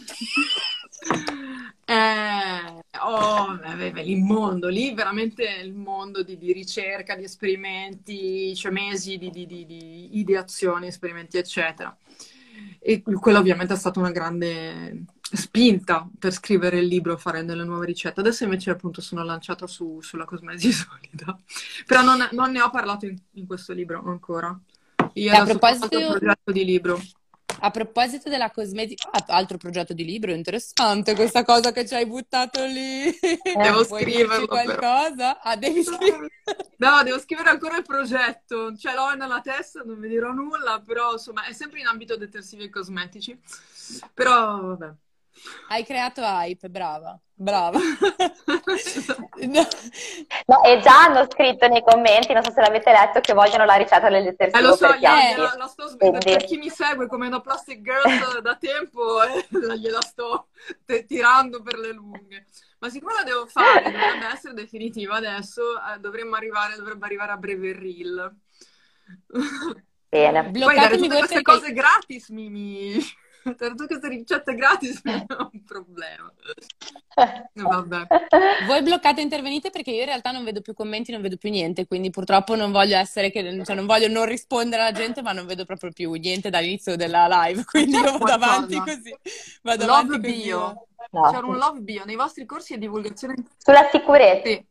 eh, oh, beh, beh, il mondo, lì veramente il mondo di, di ricerca, di esperimenti, cioè mesi di, di, di, di ideazioni, esperimenti, eccetera. E quella ovviamente è stata una grande spinta per scrivere il libro, fare delle nuove ricette. Adesso invece appunto sono lanciata su- sulla cosmesi solida, però non, non ne ho parlato in, in questo libro ancora. Io E a adesso ho un altro proposito, progetto di libro. a proposito della cosmetica, ah, altro progetto di libro, interessante questa cosa che ci hai buttato lì. Devo Vuoi dirci scriverlo però. qualcosa? Ah, devi scrivere. No, devo scrivere ancora il progetto, ce l'ho nella testa, non vi dirò nulla, però insomma è sempre in ambito detersivi e cosmetici. Però vabbè. Hai creato hype, brava, brava. No. No, e già hanno scritto nei commenti, non so se l'avete letto, che vogliono la ricetta del Eh, detersivo lo so, per gliela- piatti. gliela- la sto, per Quindi, chi mi segue come una Plastic Girls da tempo, eh, gliela sto te- tirando per le lunghe. Ma siccome la devo fare, dovrebbe essere definitiva adesso, eh, dovremmo arrivare, dovrebbe arrivare a breve il reel. bene. Poi dare Bloccatemi tutte voi queste perché cose gratis mi, mi... dare tutte queste ricette gratis mi è un problema. Vabbè. voi bloccate e intervenite perché io in realtà non vedo più commenti, non vedo più niente, quindi purtroppo non voglio essere che, cioè non voglio non rispondere alla gente, ma non vedo proprio più niente dall'inizio della live, quindi io vado avanti Qualcosa. così. Vado Love avanti così. bio. No. C'era un love bio nei vostri corsi di divulgazione. Sulla sicurezza. Sì.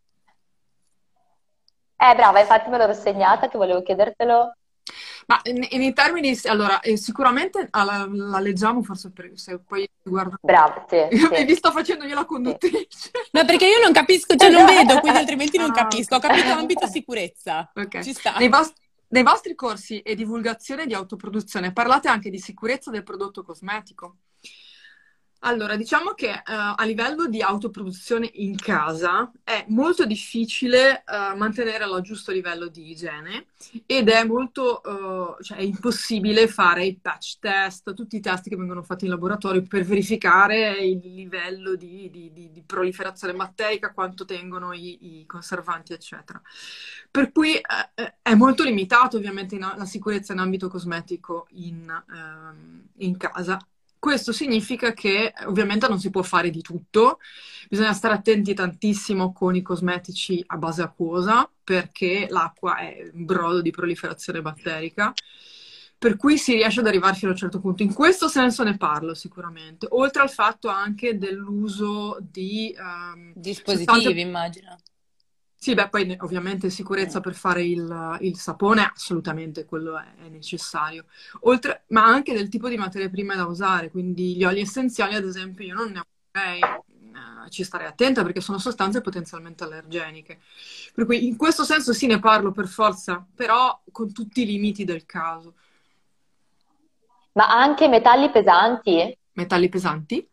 Eh, brava, infatti me l'ero segnata che volevo chiedertelo. Ma in, in termini, allora, eh, sicuramente ah, la, la leggiamo, forse per, se poi guarda. Brava, sì, Io mi sì. sto facendo io la conduttrice. No, perché io non capisco, cioè non vedo, quindi altrimenti non Ah, capisco. Ho capito ambito sicurezza. ok. Ci sta. Nei, vos- nei vostri corsi e divulgazione di autoproduzione parlate anche di sicurezza del prodotto cosmetico? Allora, diciamo che eh, a livello di autoproduzione in casa è molto difficile eh, mantenere lo giusto livello di igiene ed è molto, eh, cioè è impossibile fare i patch test, tutti i test che vengono fatti in laboratorio per verificare il livello di, di- di- di proliferazione batterica, quanto tengono i, i conservanti, eccetera. Per cui eh, è molto limitato ovviamente in- la sicurezza in ambito cosmetico in, ehm, in casa. Questo significa che ovviamente non si può fare di tutto, bisogna stare attenti tantissimo con i cosmetici a base acquosa perché l'acqua è un brodo di proliferazione batterica, per cui si riesce ad arrivare fino a un certo punto. In questo senso ne parlo sicuramente, oltre al fatto anche dell'uso di ehm, Dispositivi, sostanze. immagino. Sì, beh, poi ne- ovviamente sicurezza per fare il, il sapone, assolutamente quello è, è necessario. Oltre, ma anche del tipo di materie prime da usare, quindi gli oli essenziali, ad esempio, io non ne avrei, eh, ci starei attenta perché sono sostanze potenzialmente allergeniche. Per cui in questo senso sì, ne parlo per forza, però con tutti i limiti del caso. Ma anche metalli pesanti? Metalli pesanti?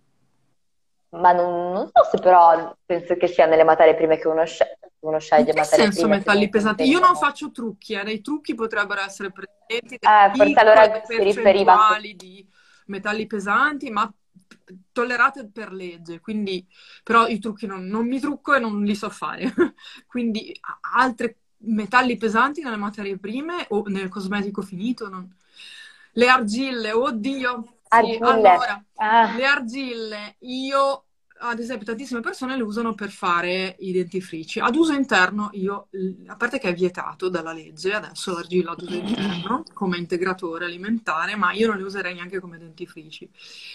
Ma non, non so se però penso che sia nelle materie prime che uno, sce- uno In sceglie che materie senso prime che metalli non pesanti? Io non contengono. faccio trucchi, eh. Nei trucchi potrebbero essere presenti Eh, delle forse piccole allora si riferiva a... percentuali di metalli pesanti, ma tollerate per legge, quindi però i trucchi non, non mi trucco e non li so fare. Quindi a- altri metalli pesanti nelle materie prime o nel cosmetico finito? non- Le argille, oddio, sì, Argille. allora, Ah, le argille, io, ad esempio, tantissime persone le usano per fare i dentifrici. Ad uso interno, io, a parte che è vietato dalla legge, adesso l'argilla ad uso interno, come integratore alimentare, ma io non le userei neanche come dentifrici.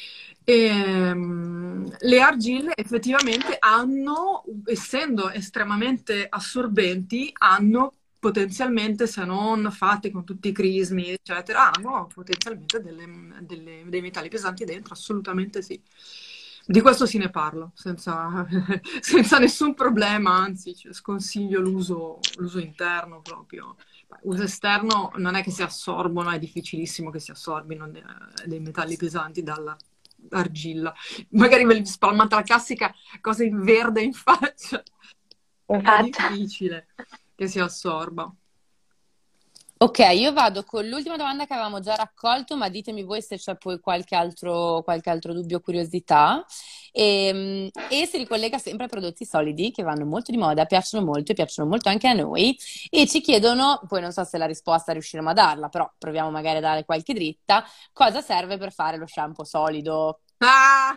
Ehm, le argille effettivamente hanno, essendo estremamente assorbenti, hanno potenzialmente, se non fatte con tutti i crismi, eccetera, hanno potenzialmente delle- delle- dei metalli pesanti dentro, assolutamente sì. Di questo sì ne parlo, senza, senza nessun problema, anzi, cioè, sconsiglio l'uso l'uso interno proprio. Uso esterno non è che si assorbono, è difficilissimo che si assorbino de- dei metalli pesanti dall'argilla. Magari ve li spalmate la classica cosa in verde in faccia. in È faccia. difficile che si assorba. Ok, io vado con l'ultima domanda che avevamo già raccolto, ma ditemi voi se c'è poi qualche altro, qualche altro dubbio o curiosità. E, e si ricollega sempre ai prodotti solidi che vanno molto di moda, piacciono molto e piacciono molto anche a noi. E ci chiedono, poi non so se la risposta riusciremo a darla, però proviamo magari a dare qualche dritta, cosa serve per fare lo shampoo solido? Ah!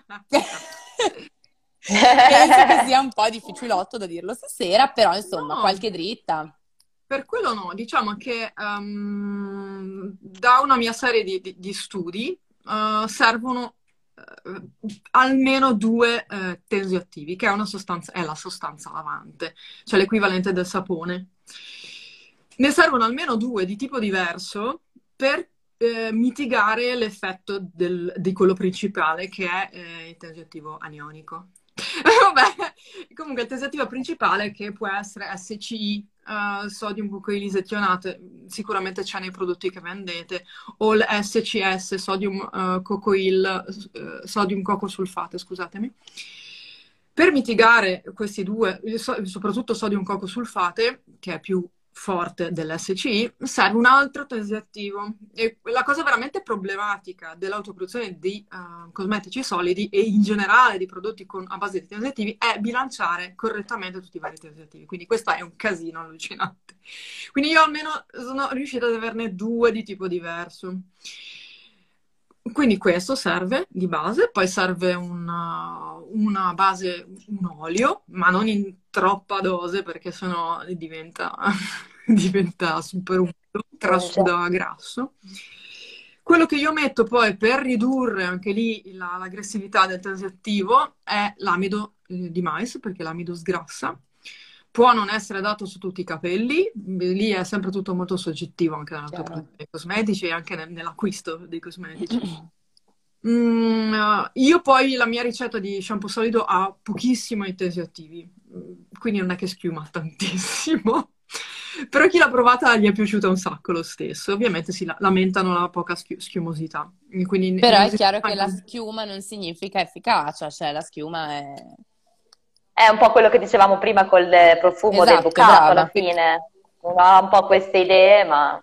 Penso che sia un po' difficilotto da dirlo stasera, però insomma, No, qualche dritta. per quello no, diciamo che ehm, da una mia serie di, di- di studi eh, servono eh, almeno due eh, tensioattivi, che è una sostanza, è la sostanza lavante, cioè l'equivalente del sapone. Ne servono almeno due di tipo diverso per eh, mitigare l'effetto del- di quello principale, che è eh, il tensioattivo anionico. Vabbè, comunque il tesativo principale che può essere S C I, eh, sodium cocoilisettionate, sicuramente c'è nei prodotti che vendete, o il S C S, sodium eh, cocoil, eh, sodium cocosulfate, scusatemi. Per mitigare questi due, so- soprattutto sodium cocosulfate, che è più forte dell'S C I, serve un altro tensioattivo. E la cosa veramente problematica dell'autoproduzione di eh, cosmetici solidi e in generale di prodotti con- a base di tensioattivi è bilanciare correttamente tutti i vari tensioattivi. Quindi questo è un casino allucinante. Quindi io almeno sono riuscita ad averne due di tipo diverso. Quindi questo serve di base, poi serve una, una base, un olio, ma non in troppa dose perché sennò diventa, diventa super umido, Punge. trasuda grasso. Quello che io metto poi per ridurre anche lì la- l'aggressività del tensioattivo è l'amido eh, di mais, perché l'amido sgrassa. Può non essere dato su tutti i capelli, lì è sempre tutto molto soggettivo anche Chiaro. nell'autoproduzione dei cosmetici e anche nel- nell'acquisto dei cosmetici. Mm, eh, io poi la mia ricetta di shampoo solido ha pochissimi tensioattivi, mm, quindi non è che schiuma tantissimo. Però chi l'ha provata gli è piaciuta un sacco lo stesso. Ovviamente si la- lamentano la poca schi- schiumosità. Quindi ne Però ne è usi chiaro che la anche- schiuma non significa efficacia, cioè la schiuma è... È un po' quello che dicevamo prima col profumo del Esatto, bucato, alla brava. fine. Uno ha un po' queste idee, ma...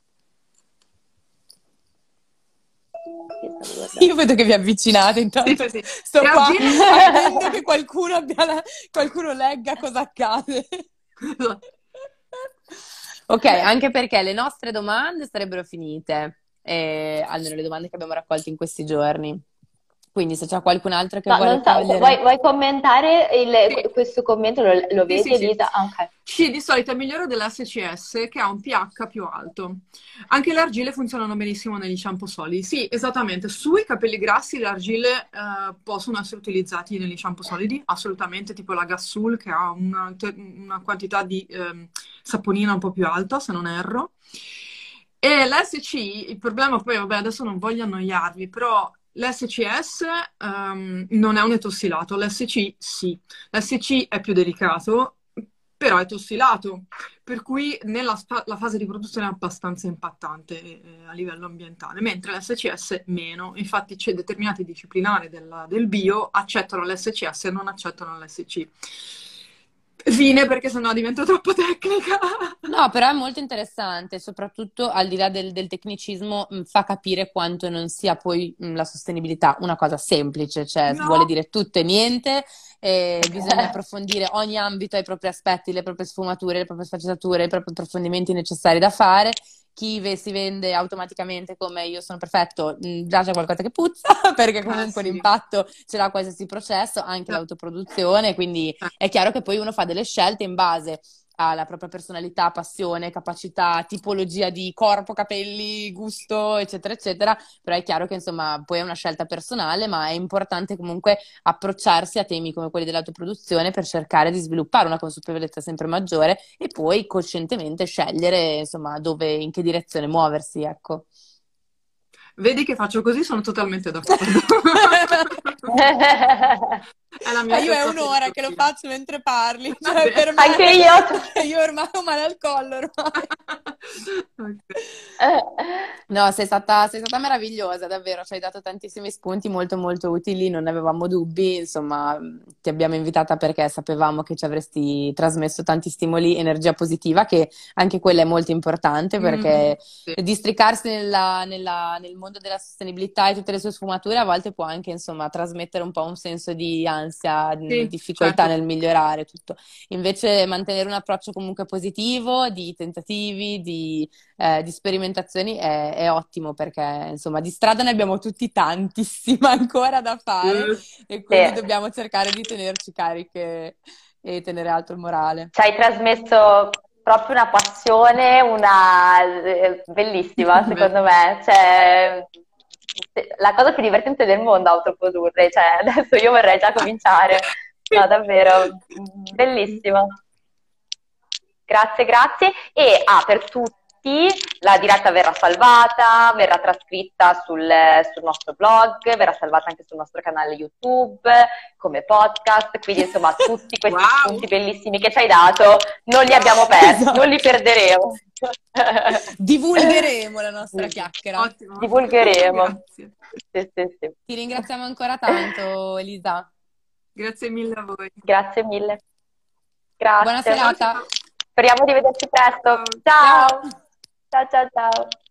Chi sta Io guardando? vedo che vi avvicinate, Sì, intanto sì, sì. sto qua Reagire. attendo che qualcuno abbia la- qualcuno legga cosa accade. Ok, anche perché le nostre domande sarebbero finite, eh, almeno le domande che abbiamo raccolto in questi giorni. Quindi se c'è qualcun altro che No, vuole non so, togliere... vuoi, vuoi commentare Sì. il- questo commento? Lo, lo Sì, vedi, sì, sì. Elisa? Ah, ok. Sì, di solito è migliore dell'S C S che ha un pH più alto. Anche le argille funzionano benissimo negli shampoo solidi. Sì, esattamente. Sui capelli grassi le argille eh, possono essere utilizzati negli shampoo solidi, assolutamente, tipo la Gassul che ha una, te- una quantità di ehm, saponina un po' più alta, se non erro. E l'S C, il problema poi, vabbè, adesso non voglio annoiarvi, però l'S C S ehm, non è un etossilato, l'S C sì. L'S C è più delicato, però è tossilato, per cui nella spa- la fase di produzione è abbastanza impattante eh, a livello ambientale, mentre l'S C S meno. Infatti c'è determinati disciplinari del, del bio accettano l'S C S e non accettano l'S C. Fine, perché sennò divento troppo tecnica. No, però è molto interessante, soprattutto al di là del, del tecnicismo, mh, fa capire quanto non sia poi mh, la sostenibilità una cosa semplice, cioè vuole No, dire tutto e niente, e bisogna approfondire ogni ambito ai propri aspetti, le proprie sfumature, le proprie sfaccettature, i propri approfondimenti necessari da fare. Chi ve- si vende automaticamente come io sono perfetto, mh, già c'è qualcosa che puzza, perché eh comunque un sì. impatto ce l'ha qualsiasi processo, anche Eh, l'autoproduzione, quindi eh. è chiaro che poi uno fa delle scelte in base alla propria personalità, passione, capacità, tipologia di corpo, capelli, gusto, eccetera, eccetera. Però è chiaro che insomma poi è una scelta personale, ma è importante comunque approcciarsi a temi come quelli dell'autoproduzione per cercare di sviluppare una consapevolezza sempre maggiore e poi coscientemente scegliere insomma dove, in che direzione muoversi, ecco. Vedi che faccio così, sono totalmente d'accordo. È la mia Ma io è stessa un'ora che lo filosofia. faccio mentre parli, cioè Vabbè. per me... Anche io. Io ormai ho male al collo, ormai. Ok. No, sei stata, sei stata meravigliosa, davvero, ci hai dato tantissimi spunti molto molto utili, non avevamo dubbi, insomma, ti abbiamo invitata perché sapevamo che ci avresti trasmesso tanti stimoli, energia positiva, che anche quella è molto importante Mm, perché sì. districarsi nella- nella- nel mondo della sostenibilità e tutte le sue sfumature a volte può anche, insomma, trasmettere un po' un senso di ansia, Sì, difficoltà certo. nel migliorare tutto. Invece mantenere un approccio comunque positivo, di tentativi, di eh, di sperimentazioni è, è ottimo perché insomma di strada ne abbiamo tutti tantissima ancora da fare Eh, e quindi Sì. dobbiamo cercare di tenerci cariche e tenere alto il morale. Ci hai trasmesso proprio una passione, una eh, bellissima, beh, secondo me. Cioè, la cosa più divertente del mondo autoprodurre, cioè, adesso io vorrei già cominciare. No, davvero, bellissima. Grazie, grazie. E ah, per tutti la diretta verrà salvata, verrà trascritta sul, sul nostro blog, verrà salvata anche sul nostro canale YouTube come podcast. Quindi, insomma, tutti questi wow. spunti bellissimi che ci hai dato non li abbiamo persi, Esatto. non li perderemo. Divulgheremo la nostra chiacchiera. Ottimo. Divulgheremo. Grazie. Sì, sì, sì. Ti ringraziamo ancora tanto, Elisa. Grazie mille a voi. Grazie mille. Buona Grazie. serata. Ciao. Speriamo di vederci presto. Ciao. Ciao. Ciao, ciao, ciao.